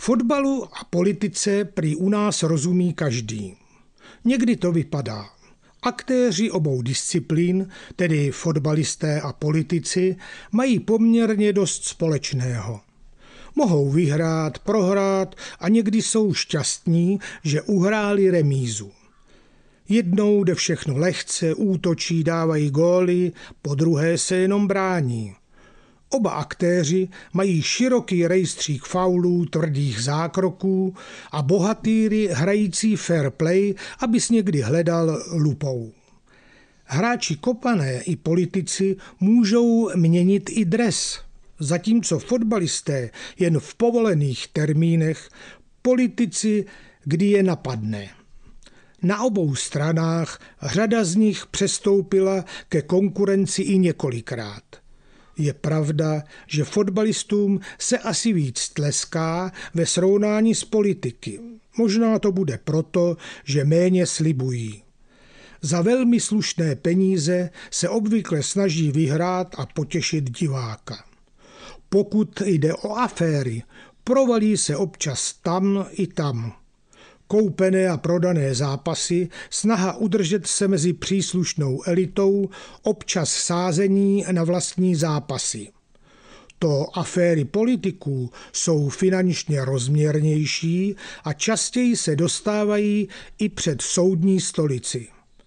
Fotbalu a politice prý u nás rozumí každý. Někdy to vypadá. Aktéři obou disciplín, tedy fotbalisté a politici, mají poměrně dost společného. Mohou vyhrát, prohrát a někdy jsou šťastní, že uhráli remízu. Jednou jde všechno lehce, útočí, dávají góly, podruhé se jenom brání. Oba aktéři mají široký rejstřík faulů, tvrdých zákroků a bohatýry hrající fair play, abys někdy hledal lupou. Hráči kopané i politici můžou měnit i dres, zatímco fotbalisté jen v povolených termínech, politici kdy je napadne. Na obou stranách řada z nich přestoupila ke konkurenci i několikrát. Je pravda, že fotbalistům se asi víc tleská ve srovnání s politiky. Možná to bude proto, že méně slibují. Za velmi slušné peníze se obvykle snaží vyhrát a potěšit diváka. Pokud jde o aféry, provalí se občas tam i tam. Koupené a prodané zápasy, snaha udržet se mezi příslušnou elitou, občas sázení na vlastní zápasy. To aféry politiků jsou finančně rozměrnější a častěji se dostávají i před soudní stolici.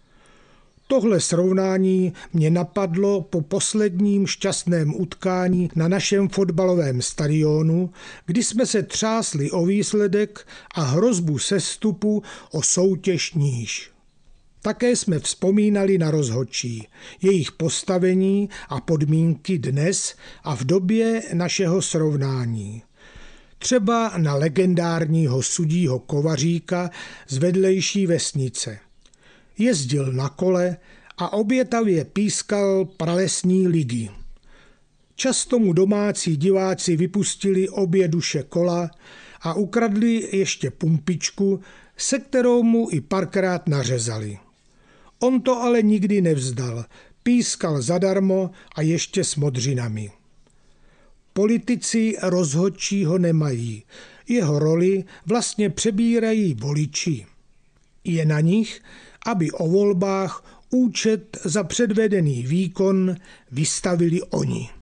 Tohle srovnání mě napadlo po posledním šťastném utkání na našem fotbalovém stadionu, kdy jsme se třásli o výsledek a hrozbu sestupu o soutěž níž. Také jsme vzpomínali na rozhodčí, jejich postavení a podmínky dnes a v době našeho srovnání. Třeba na legendárního sudího Kovaříka z vedlejší vesnice. Jezdil na kole a obětavě pískal pralesní ligy. Často mu domácí diváci vypustili obě duše kola a ukradli ještě pumpičku, se kterou mu i párkrát nařezali. On to ale nikdy nevzdal, pískal zadarmo a ještě s modřinami. Politici rozhodčího nemají, jeho roli vlastně přebírají voliči. Je na nich, aby o volbách účet za předvedený výkon vystavili oni.